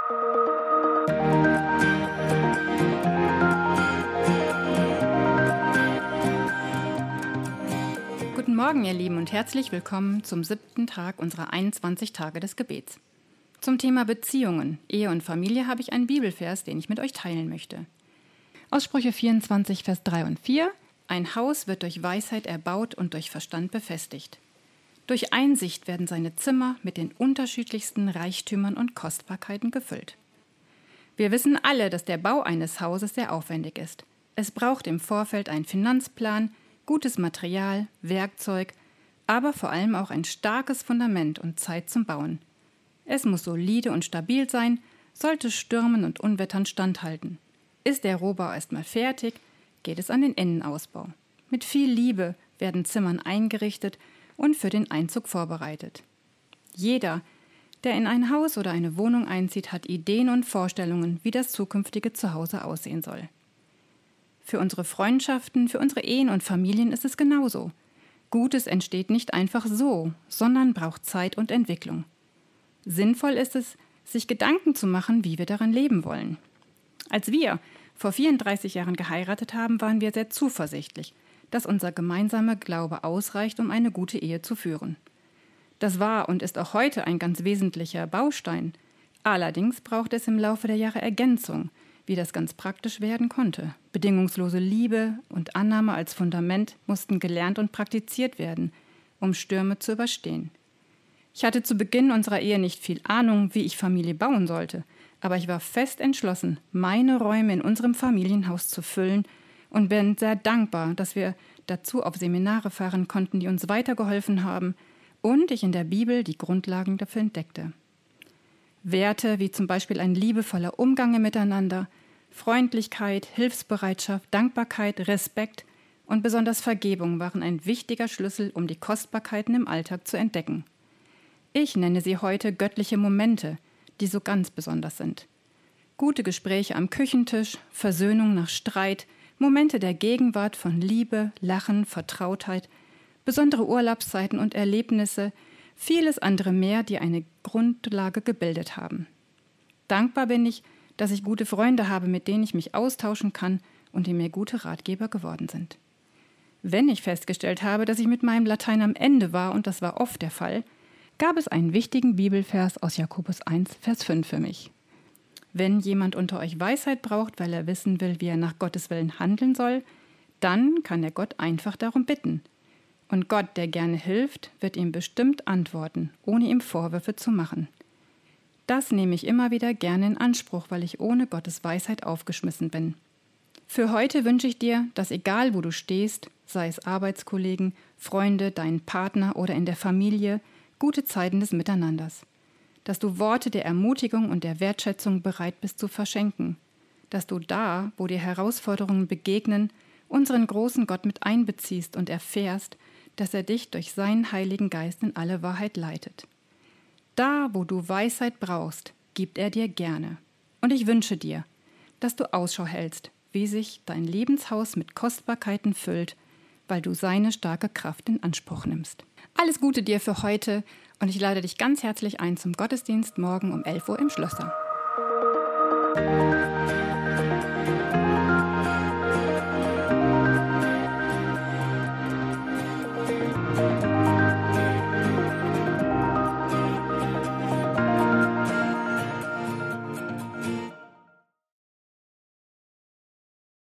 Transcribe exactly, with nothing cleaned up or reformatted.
Guten Morgen, ihr Lieben, und herzlich willkommen zum siebten Tag unserer einundzwanzig Tage des Gebets. Zum Thema Beziehungen, Ehe und Familie habe ich einen Bibelvers, den ich mit euch teilen möchte. Aus Sprüche vierundzwanzig, Vers drei und vier: Ein Haus wird durch Weisheit erbaut und durch Verstand befestigt. Durch Einsicht werden seine Zimmer mit den unterschiedlichsten Reichtümern und Kostbarkeiten gefüllt. Wir wissen alle, dass der Bau eines Hauses sehr aufwendig ist. Es braucht im Vorfeld einen Finanzplan, gutes Material, Werkzeug, aber vor allem auch ein starkes Fundament und Zeit zum Bauen. Es muss solide und stabil sein, sollte Stürmen und Unwettern standhalten. Ist der Rohbau erstmal fertig, geht es an den Innenausbau. Mit viel Liebe werden Zimmern eingerichtet und für den Einzug vorbereitet. Jeder, der in ein Haus oder eine Wohnung einzieht, hat Ideen und Vorstellungen, wie das zukünftige Zuhause aussehen soll. Für unsere Freundschaften, für unsere Ehen und Familien ist es genauso. Gutes entsteht nicht einfach so, sondern braucht Zeit und Entwicklung. Sinnvoll ist es, sich Gedanken zu machen, wie wir daran leben wollen. Als wir vor vierunddreißig Jahren geheiratet haben, waren wir sehr zuversichtlich, dass unser gemeinsamer Glaube ausreicht, um eine gute Ehe zu führen. Das war und ist auch heute ein ganz wesentlicher Baustein. Allerdings braucht es im Laufe der Jahre Ergänzung, wie das ganz praktisch werden konnte. Bedingungslose Liebe und Annahme als Fundament mussten gelernt und praktiziert werden, um Stürme zu überstehen. Ich hatte zu Beginn unserer Ehe nicht viel Ahnung, wie ich Familie bauen sollte, aber ich war fest entschlossen, meine Räume in unserem Familienhaus zu füllen und bin sehr dankbar, dass wir dazu auf Seminare fahren konnten, die uns weitergeholfen haben und ich in der Bibel die Grundlagen dafür entdeckte. Werte wie zum Beispiel ein liebevoller Umgang miteinander, Freundlichkeit, Hilfsbereitschaft, Dankbarkeit, Respekt und besonders Vergebung waren ein wichtiger Schlüssel, um die Kostbarkeiten im Alltag zu entdecken. Ich nenne sie heute göttliche Momente, die so ganz besonders sind. Gute Gespräche am Küchentisch, Versöhnung nach Streit, Momente der Gegenwart von Liebe, Lachen, Vertrautheit, besondere Urlaubszeiten und Erlebnisse, vieles andere mehr, die eine Grundlage gebildet haben. Dankbar bin ich, dass ich gute Freunde habe, mit denen ich mich austauschen kann und die mir gute Ratgeber geworden sind. Wenn ich festgestellt habe, dass ich mit meinem Latein am Ende war, und das war oft der Fall, gab es einen wichtigen Bibelvers aus Jakobus eins, Vers fünf für mich. Wenn jemand unter euch Weisheit braucht, weil er wissen will, wie er nach Gottes Willen handeln soll, dann kann er Gott einfach darum bitten. Und Gott, der gerne hilft, wird ihm bestimmt antworten, ohne ihm Vorwürfe zu machen. Das nehme ich immer wieder gerne in Anspruch, weil ich ohne Gottes Weisheit aufgeschmissen bin. Für heute wünsche ich dir, dass egal wo du stehst, sei es Arbeitskollegen, Freunde, dein Partner oder in der Familie, gute Zeiten des Miteinanders. Dass du Worte der Ermutigung und der Wertschätzung bereit bist zu verschenken. Dass du da, wo dir Herausforderungen begegnen, unseren großen Gott mit einbeziehst und erfährst, dass er dich durch seinen Heiligen Geist in alle Wahrheit leitet. Da, wo du Weisheit brauchst, gibt er dir gerne. Und ich wünsche dir, dass du Ausschau hältst, wie sich dein Lebenshaus mit Kostbarkeiten füllt, weil du seine starke Kraft in Anspruch nimmst. Alles Gute dir für heute und ich lade dich ganz herzlich ein zum Gottesdienst morgen um elf Uhr im Schlosser.